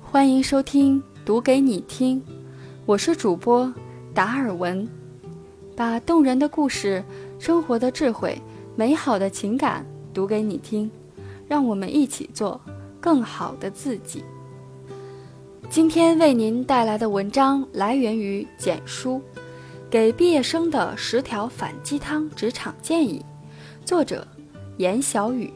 欢迎收听读给你听，我是主播达尔文，把动人的故事、生活的智慧、美好的情感读给你听，让我们一起做更好的自己。今天为您带来的文章来源于简书，给毕业生的10条反鸡汤职场建议，作者严小雨。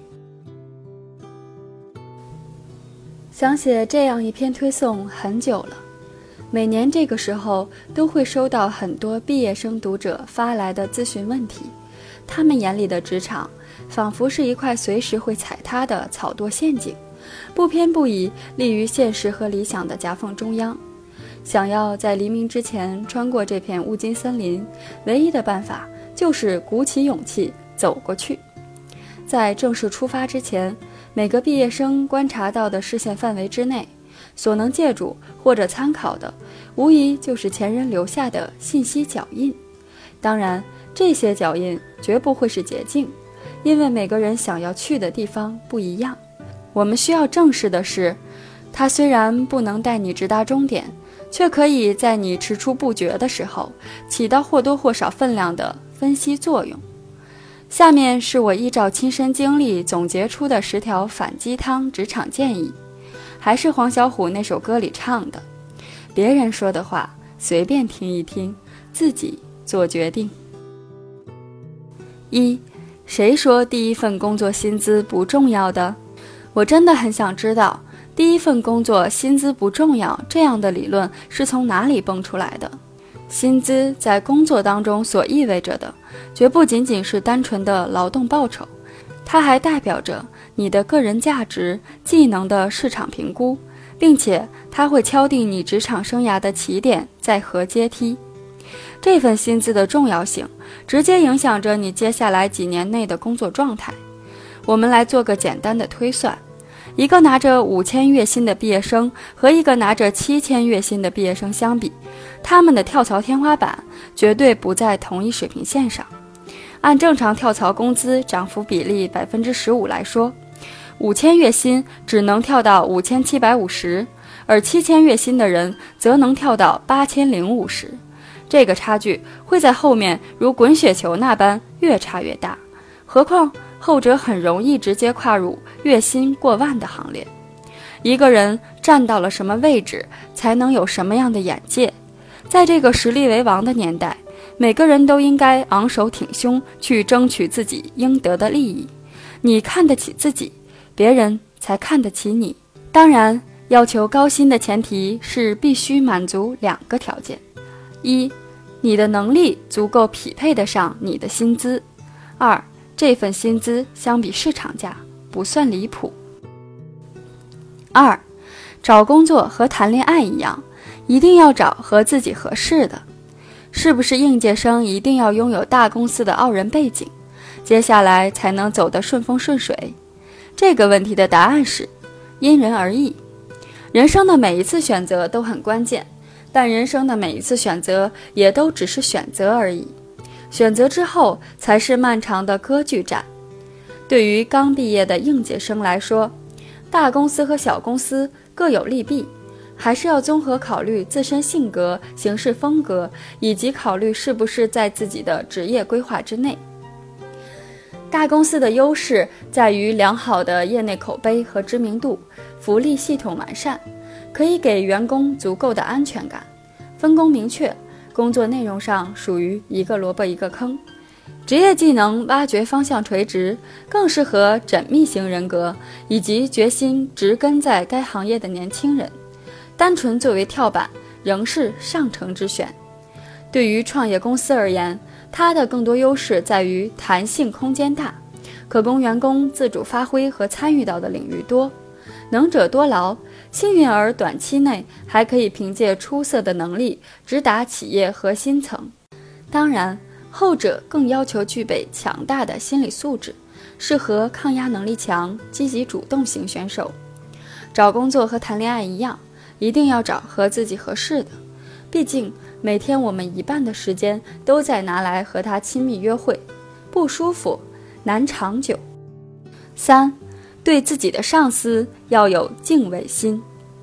想写这样一篇推送很久了，每年这个时候都会收到很多毕业生读者发来的咨询问题，他们眼里的职场仿佛是一块随时会踩塌的草垛陷阱，不偏不倚立于现实和理想的夹缝中央。想要在黎明之前穿过这片乌金森林，唯一的办法就是鼓起勇气走过去。在正式出发之前，每个毕业生观察到的视线范围之内，所能借助或者参考的，无疑就是前人留下的信息脚印。当然，这些脚印绝不会是捷径，因为每个人想要去的地方不一样。我们需要正视的是，它虽然不能带你直达终点，却可以在你踟蹰不决的时候，起到或多或少分量的分析作用。下面是我依照亲身经历总结出的10条反鸡汤职场建议，还是黄小琥那首歌里唱的，别人说的话随便听一听，自己做决定。1. 谁说第一份工作薪资不重要的？我真的很想知道，第一份工作薪资不重要这样的理论是从哪里蹦出来的。薪资在工作当中所意味着的，绝不仅仅是单纯的劳动报酬，它还代表着你的个人价值、技能的市场评估，并且它会敲定你职场生涯的起点在何阶梯。这份薪资的重要性，直接影响着你接下来几年内的工作状态。我们来做个简单的推算，一个拿着5000月薪的毕业生和一个拿着7000月薪的毕业生相比，他们的跳槽天花板绝对不在同一水平线上。按正常跳槽工资涨幅比例 15% 来说，5000月薪只能跳到5750，而7000月薪的人则能跳到8050。这个差距会在后面如滚雪球那般越差越大，何况后者很容易直接跨入月薪过万的行列。一个人站到了什么位置，才能有什么样的眼界。在这个实力为王的年代，每个人都应该昂首挺胸去争取自己应得的利益。你看得起自己，别人才看得起你。当然，要求高薪的前提是必须满足2个条件：一，你的能力足够匹配得上你的薪资；二，这份薪资相比市场价不算离谱。2. 找工作和谈恋爱一样，一定要找和自己合适的。是不是应届生一定要拥有大公司的傲人背景，接下来才能走得顺风顺水？这个问题的答案是因人而异。人生的每一次选择都很关键，但人生的每一次选择也都只是选择而已。选择之后才是漫长的割据战。对于刚毕业的应届生来说，大公司和小公司各有利弊，还是要综合考虑自身性格、行事风格，以及考虑是不是在自己的职业规划之内。大公司的优势在于良好的业内口碑和知名度，福利系统完善，可以给员工足够的安全感，分工明确，工作内容上属于一个萝卜一个坑，职业技能挖掘方向垂直，更适合缜密型人格以及决心植根在该行业的年轻人。单纯作为跳板仍是上乘之选。对于创业公司而言，它的更多优势在于弹性空间大，可供员工自主发挥和参与到的领域多，能者多劳，幸运儿短期内还可以凭借出色的能力直达企业核心层。当然，后者更要求具备强大的心理素质，适合抗压能力强、积极主动型选手。找工作和谈恋爱一样，一定要找和自己合适的，毕竟每天我们一半的时间都在拿来和他亲密约会，不舒服，难长久。3. 对自己的上司要有敬畏心。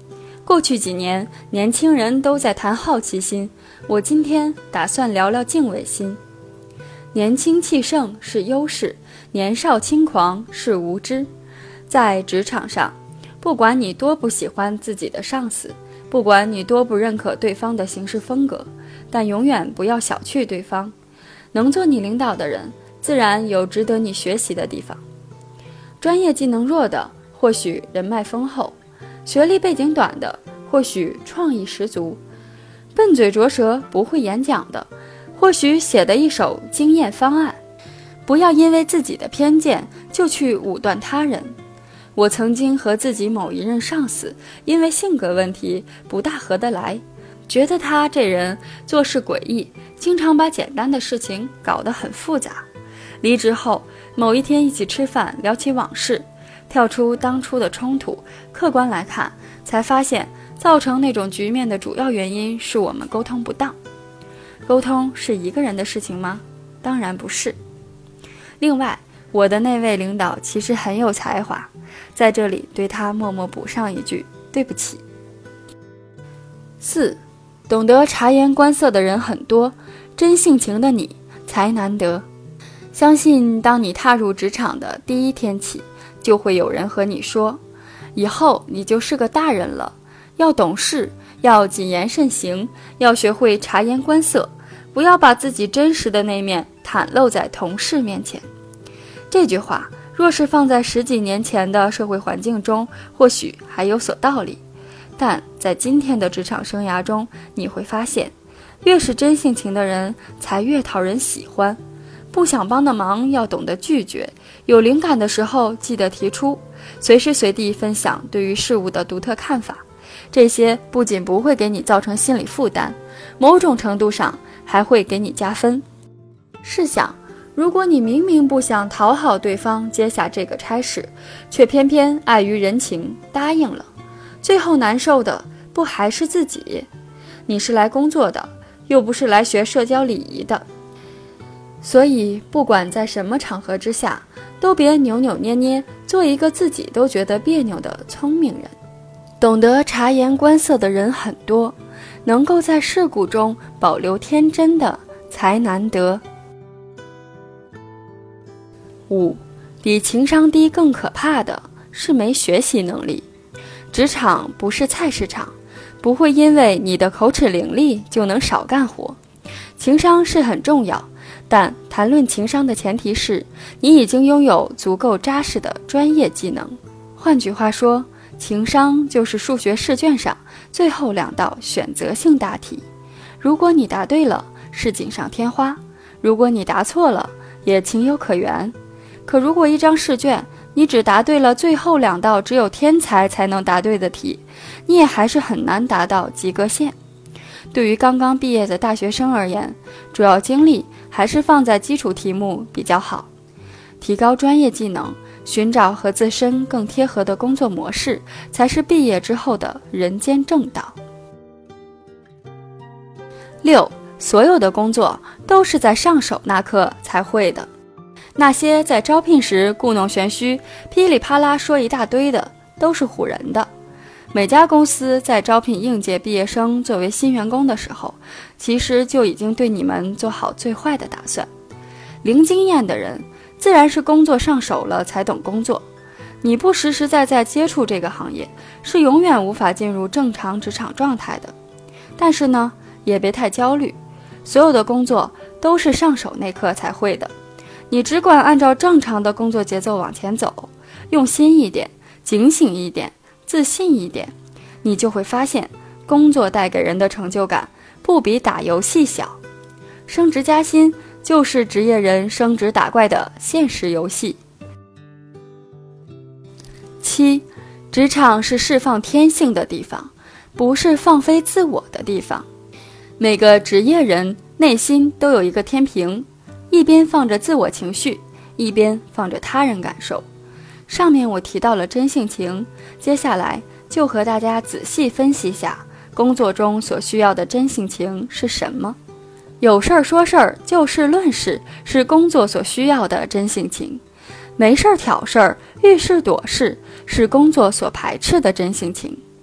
过去几年，年轻人都在谈好奇心，我今天打算聊聊敬畏心。年轻气盛是优势，年少轻狂是无知。在职场上，不管你多不喜欢自己的上司，不管你多不认可对方的行事风格，但永远不要小觑对方。能做你领导的人，自然有值得你学习的地方。专业技能弱的，或许人脉丰厚；学历背景短的，或许创意十足；笨嘴拙舌不会演讲的，或许写的一手经验方案。不要因为自己的偏见就去武断他人。我曾经和自己某一任上司因为性格问题不大合得来，觉得他这人做事诡异，经常把简单的事情搞得很复杂。离职后，某一天一起吃饭，聊起往事，跳出当初的冲突，客观来看，才发现造成那种局面的主要原因是我们沟通不当。沟通是一个人的事情吗？当然不是。另外，我的那位领导其实很有才华，在这里对他默默补上一句对不起。4. 懂得察言观色的人很多，真性情的你才难得。相信当你踏入职场的第一天起，就会有人和你说，以后你就是个大人了，要懂事，要谨言慎行，要学会察言观色，不要把自己真实的那面袒露在同事面前。这句话若是放在10几年前的社会环境中，或许还有所道理，但在今天的职场生涯中，你会发现，越是真性情的人才越讨人喜欢。不想帮的忙要懂得拒绝，有灵感的时候记得提出，随时随地分享对于事物的独特看法。这些不仅不会给你造成心理负担，某种程度上还会给你加分。试想，如果你明明不想讨好对方接下这个差事，却偏偏碍于人情答应了，最后难受的不还是自己？你是来工作的，又不是来学社交礼仪的。所以不管在什么场合之下，都别扭扭捏捏，做一个自己都觉得别扭的聪明人。懂得察言观色的人很多，能够在世故中保留天真的才难得。5. 比情商低更可怕的是没学习能力。职场不是菜市场，不会因为你的口齿伶俐就能少干活。情商是很重要，但谈论情商的前提是你已经拥有足够扎实的专业技能。换句话说，情商就是数学试卷上最后2道选择性大题。如果你答对了，是锦上添花；如果你答错了，也情有可原。可如果一张试卷你只答对了最后2道只有天才才能答对的题，你也还是很难达到及格线。对于刚刚毕业的大学生而言，主要精力还是放在基础题目比较好。提高专业技能，寻找和自身更贴合的工作模式，才是毕业之后的人间正道。6. 所有的工作都是在上手那刻才会的。那些在招聘时故弄玄虚、噼里啪啦说一大堆的，都是唬人的。每家公司在招聘应届毕业生作为新员工的时候，其实就已经对你们做好最坏的打算。零经验的人，自然是工作上手了才懂工作。你不实实在在接触这个行业，是永远无法进入正常职场状态的。但是呢，也别太焦虑，所有的工作都是上手那刻才会的。你只管按照正常的工作节奏往前走，用心一点，警醒一点，自信一点，你就会发现，工作带给人的成就感不比打游戏小。升职加薪就是职业人升职打怪的现实游戏。7. 职场是释放天性的地方，不是放飞自我的地方。每个职业人内心都有一个天平，一边放着自我情绪，一边放着他人感受。上面我提到了真性情，接下来就和大家仔细分析下工作中所需要的真性情是什么。有事儿说事儿，就事论事，是工作所需要的真性情；没事儿挑事儿，遇事躲事，是工作所排斥的真性情。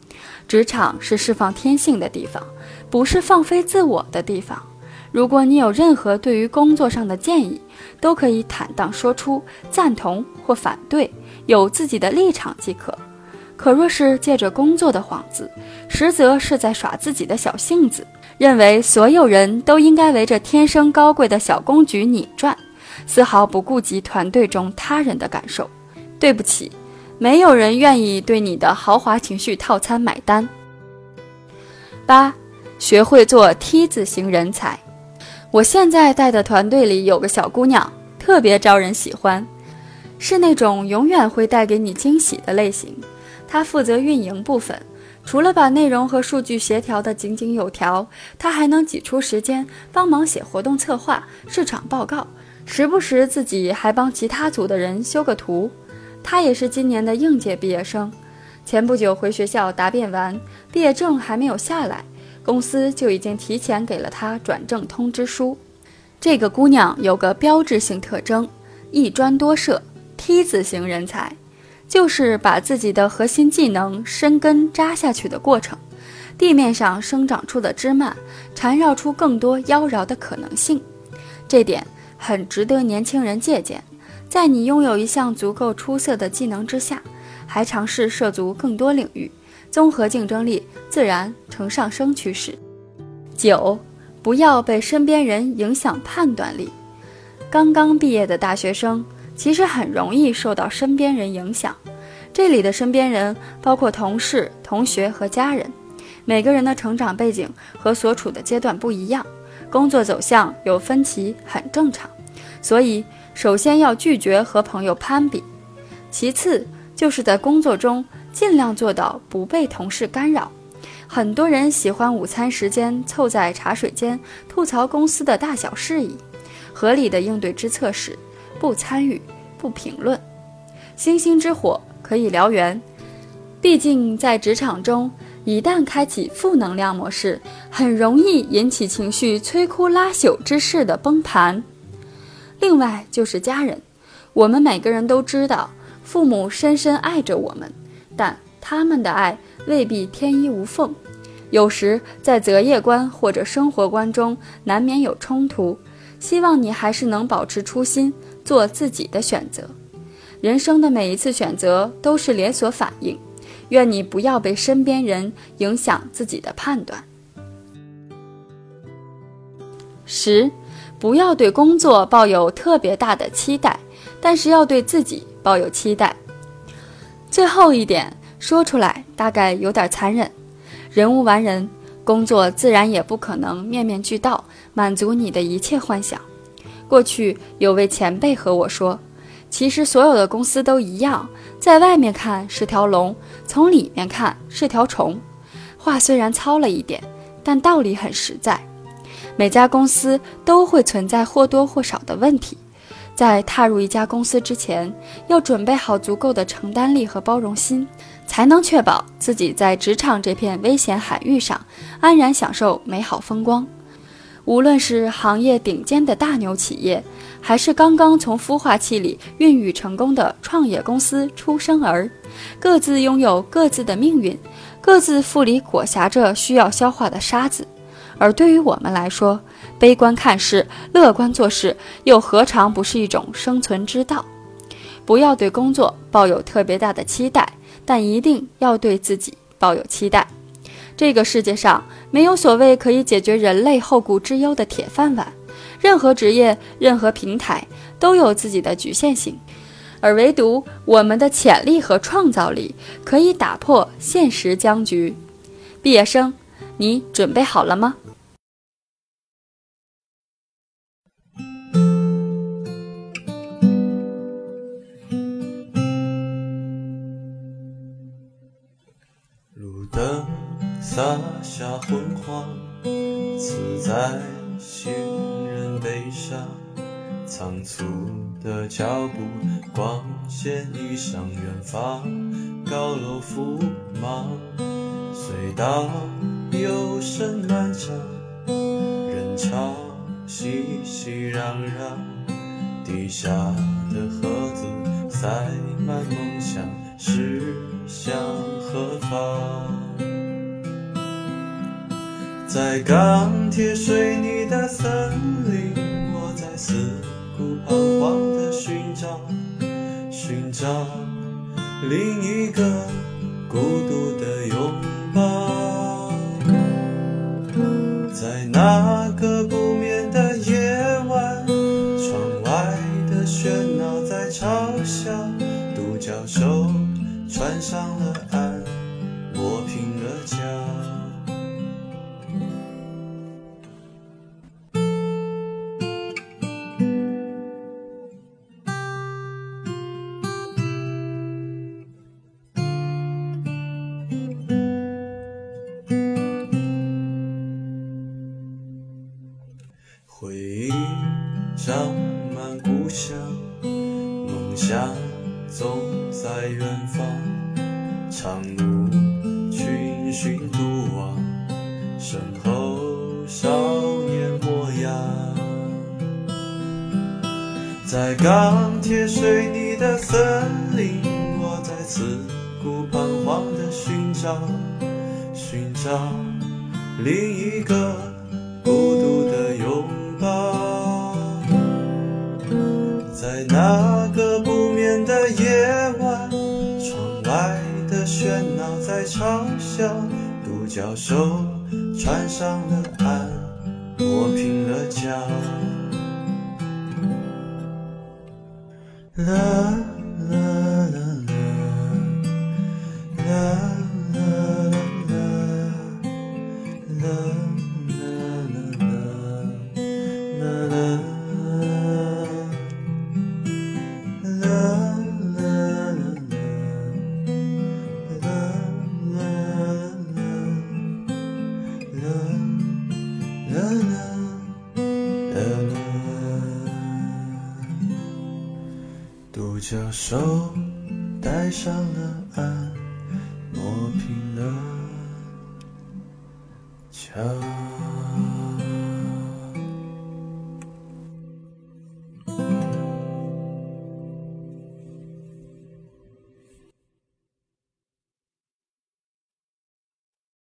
职场是释放天性的地方，不是放飞自我的地方。如果你有任何对于工作上的建议，都可以坦荡说出，赞同或反对，有自己的立场即可。可若是借着工作的幌子，实则是在耍自己的小性子，认为所有人都应该围着天生高贵的小公举你转，丝毫不顾及团队中他人的感受。对不起，没有人愿意对你的豪华情绪套餐买单。8. 学会做 T 字型人才。我现在带的团队里有个小姑娘，特别招人喜欢，是那种永远会带给你惊喜的类型。她负责运营部分，除了把内容和数据协调得井井有条，她还能挤出时间帮忙写活动策划、市场报告，时不时自己还帮其他组的人修个图。她也是今年的应届毕业生，前不久回学校答辩完，毕业证还没有下来，公司就已经提前给了她转正通知书。这个姑娘有个标志性特征，一专多设 T 字型人才，就是把自己的核心技能深根扎下去的过程，地面上生长出的枝蔓缠绕出更多妖娆的可能性。这点很值得年轻人借鉴，在你拥有一项足够出色的技能之下，还尝试涉足更多领域，综合竞争力自然呈上升趋势。9. 不要被身边人影响判断力。刚刚毕业的大学生其实很容易受到身边人影响，这里的身边人包括同事、同学和家人。每个人的成长背景和所处的阶段不一样，工作走向有分歧很正常，所以首先要拒绝和朋友攀比，其次就是在工作中尽量做到不被同事干扰。很多人喜欢午餐时间凑在茶水间吐槽公司的大小事宜，合理的应对之策是不参与、不评论。星星之火可以燎原，毕竟在职场中，一旦开启负能量模式，很容易引起情绪摧枯拉朽之势的崩盘。另外就是家人，我们每个人都知道，父母深深爱着我们，但他们的爱未必天衣无缝，有时在择业观或者生活观中难免有冲突。希望你还是能保持初心，做自己的选择。人生的每一次选择都是连锁反应，愿你不要被身边人影响自己的判断。10. 不要对工作抱有特别大的期待，但是要对自己抱有期待。最后一点说出来大概有点残忍，人无完人，工作自然也不可能面面俱到，满足你的一切幻想。过去有位前辈和我说，其实所有的公司都一样，在外面看是条龙，从里面看是条虫。话虽然糙了一点，但道理很实在。每家公司都会存在或多或少的问题，在踏入一家公司之前，要准备好足够的承担力和包容心，才能确保自己在职场这片危险海域上安然享受美好风光。无论是行业顶尖的大牛企业，还是刚刚从孵化器里孕育成功的创业公司出生儿，各自拥有各自的命运，各自腹里裹挟着需要消化的沙子。而对于我们来说，悲观看事，乐观做事，又何尝不是一种生存之道？不要对工作抱有特别大的期待，但一定要对自己抱有期待。这个世界上没有所谓可以解决人类后顾之忧的铁饭碗，任何职业、任何平台都有自己的局限性，而唯独我们的潜力和创造力可以打破现实僵局。毕业生，你准备好了吗？ 路灯洒下昏黄，刺在行人背上，仓促的脚步，光线已上远方，高楼覆芒，隧道幽深漫长，人潮熙熙攘攘，地下的盒子塞满梦想，驶向何方？ 在钢铁水泥的森林，我在四顾彷徨地寻找另一个孤独的拥抱。在那个不眠的夜晚，窗外的喧闹在嘲笑，独角兽穿上了岸，磨平了脚。回忆长满故乡，梦想总在远方，长路群寻独往，身后少年模样。在钢铁水泥的森林，我在四顾彷徨地寻找另一个孤独的拥抱。在那个不眠的夜晚，窗外的喧闹在嘲笑，独角兽穿上了岸，磨平了脚。啦啦啦啦啦啦啦啦啦啦独角兽带上了岸，磨平了桥。